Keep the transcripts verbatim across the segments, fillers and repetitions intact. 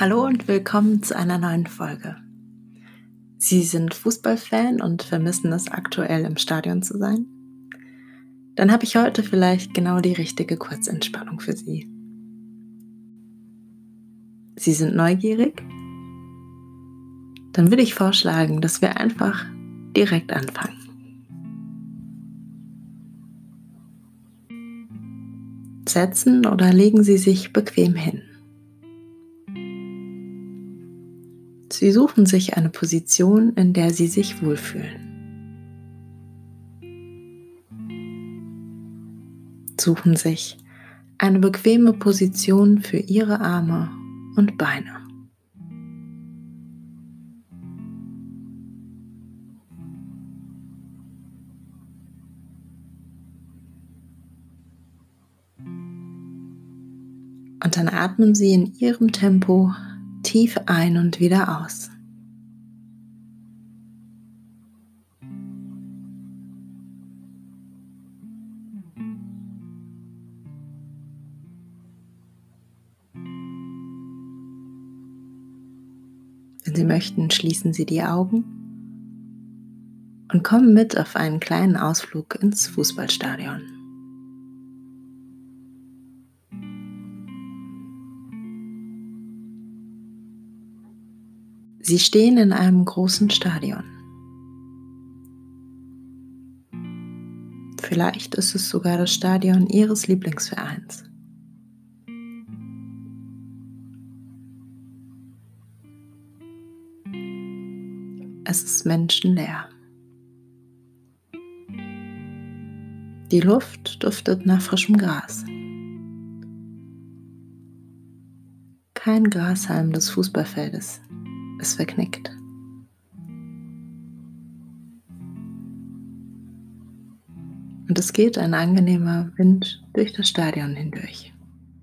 Hallo und willkommen zu einer neuen Folge. Sie sind Fußballfan und vermissen es aktuell im Stadion zu sein? Dann habe ich heute vielleicht genau die richtige Kurzentspannung für Sie. Sie sind neugierig? Dann würde ich vorschlagen, dass wir einfach direkt anfangen. Setzen oder legen Sie sich bequem hin. Sie suchen sich eine Position, in der Sie sich wohlfühlen. Suchen sich eine bequeme Position für Ihre Arme und Beine. Und dann atmen Sie in Ihrem Tempo tief ein und wieder aus. Wenn Sie möchten, schließen Sie die Augen und kommen mit auf einen kleinen Ausflug ins Fußballstadion. Sie stehen in einem großen Stadion. Vielleicht ist es sogar das Stadion Ihres Lieblingsvereins. Es ist menschenleer. Die Luft duftet nach frischem Gras. Kein Grashalm des Fußballfeldes ist verknickt. Und es geht ein angenehmer Wind durch das Stadion hindurch.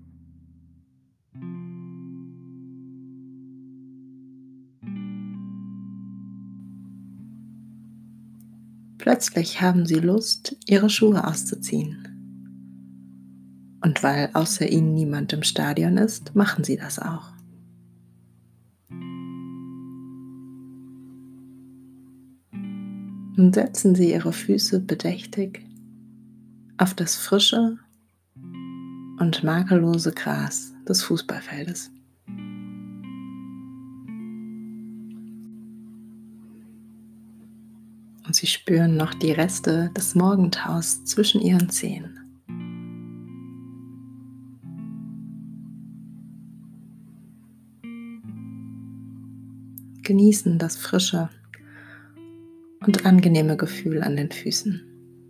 Plötzlich haben Sie Lust, Ihre Schuhe auszuziehen. Und weil außer Ihnen niemand im Stadion ist, machen Sie das auch. Nun setzen Sie Ihre Füße bedächtig auf das frische und makellose Gras des Fußballfeldes. Und Sie spüren noch die Reste des Morgentaus zwischen Ihren Zehen. Genießen das frische und angenehme Gefühl an den Füßen.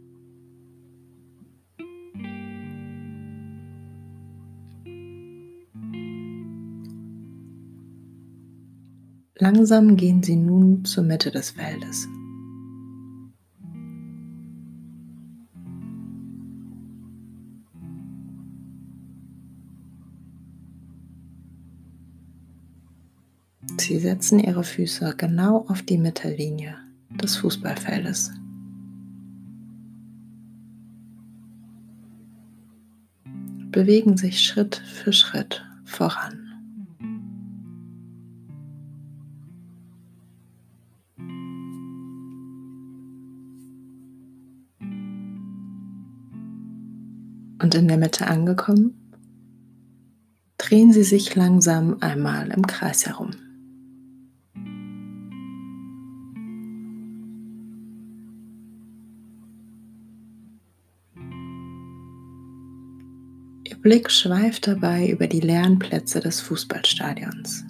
Langsam gehen Sie nun zur Mitte des Feldes. Sie setzen Ihre Füße genau auf die Mittellinie des Fußballfeldes. Bewegen sich Schritt für Schritt voran. Und in der Mitte angekommen, drehen Sie sich langsam einmal im Kreis herum. Ihr Blick schweift dabei über die leeren Plätze des Fußballstadions.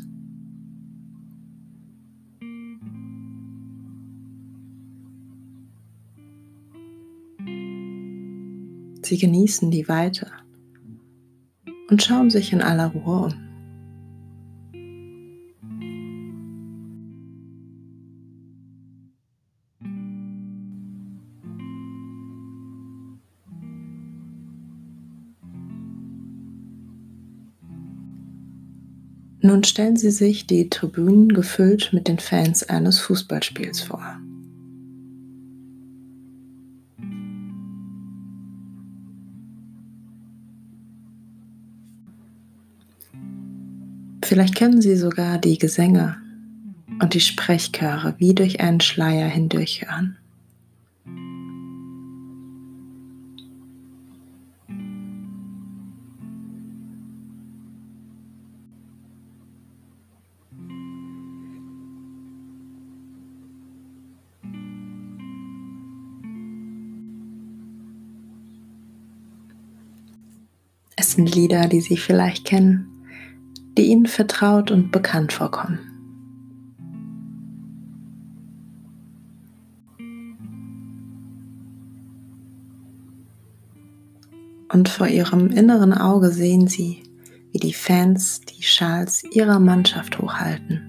Sie genießen die Weite und schauen sich in aller Ruhe um. Nun stellen Sie sich die Tribünen gefüllt mit den Fans eines Fußballspiels vor. Vielleicht können Sie sogar die Gesänge und die Sprechchöre wie durch einen Schleier hindurch hören. Es sind Lieder, die Sie vielleicht kennen, die Ihnen vertraut und bekannt vorkommen. Und vor Ihrem inneren Auge sehen Sie, wie die Fans die Schals ihrer Mannschaft hochhalten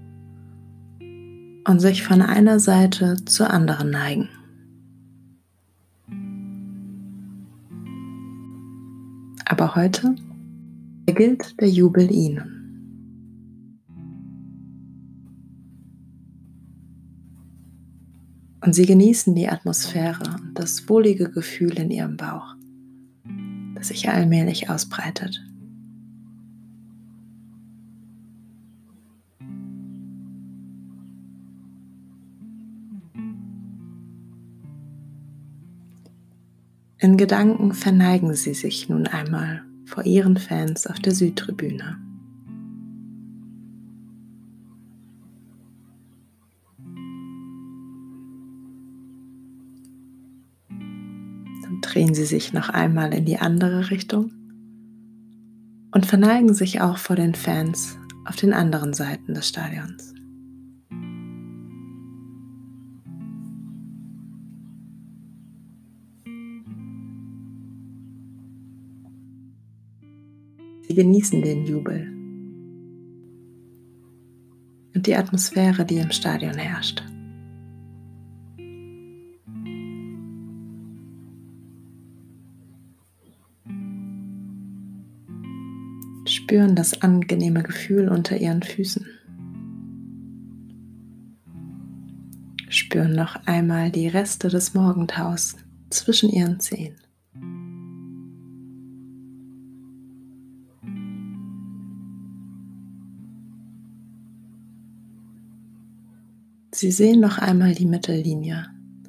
und sich von einer Seite zur anderen neigen. Aber heute gilt der Jubel Ihnen. Und Sie genießen die Atmosphäre und das wohlige Gefühl in Ihrem Bauch, das sich allmählich ausbreitet. In Gedanken verneigen Sie sich nun einmal vor Ihren Fans auf der Südtribüne. Dann drehen Sie sich noch einmal in die andere Richtung und verneigen sich auch vor den Fans auf den anderen Seiten des Stadions. Sie genießen den Jubel und die Atmosphäre, die im Stadion herrscht. Spüren das angenehme Gefühl unter Ihren Füßen. Spüren noch einmal die Reste des Morgentaus zwischen Ihren Zehen. Sie sehen noch einmal die Mittellinie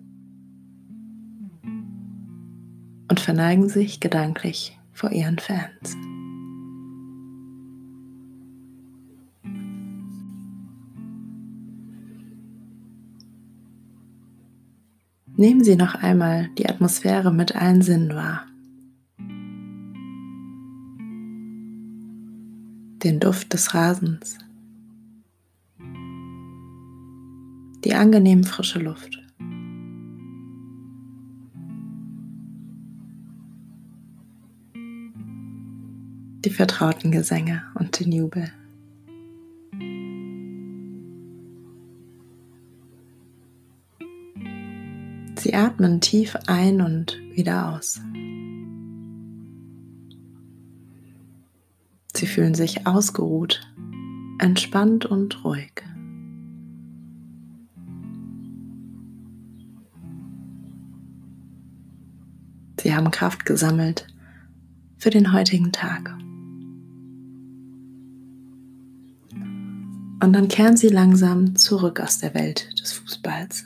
und verneigen sich gedanklich vor Ihren Fans. Nehmen Sie noch einmal die Atmosphäre mit allen Sinnen wahr. Den Duft des Rasens, die angenehm frische Luft, die vertrauten Gesänge und den Jubel. Sie atmen tief ein und wieder aus. Sie fühlen sich ausgeruht, entspannt und ruhig. Sie haben Kraft gesammelt für den heutigen Tag. Und dann kehren Sie langsam zurück aus der Welt des Fußballs.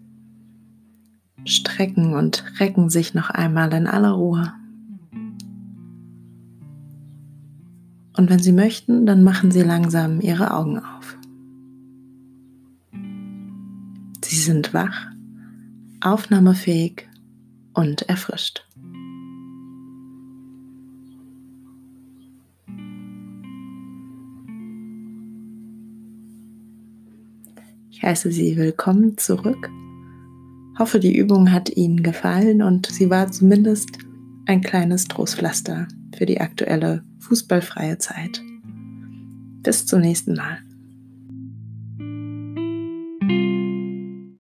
Strecken und recken sich noch einmal in aller Ruhe. Und wenn Sie möchten, dann machen Sie langsam Ihre Augen auf. Sie sind wach, aufnahmefähig und erfrischt. Ich heiße Sie willkommen zurück. Hoffe, die Übung hat Ihnen gefallen und sie war zumindest ein kleines Trostpflaster für die aktuelle fußballfreie Zeit. Bis zum nächsten Mal.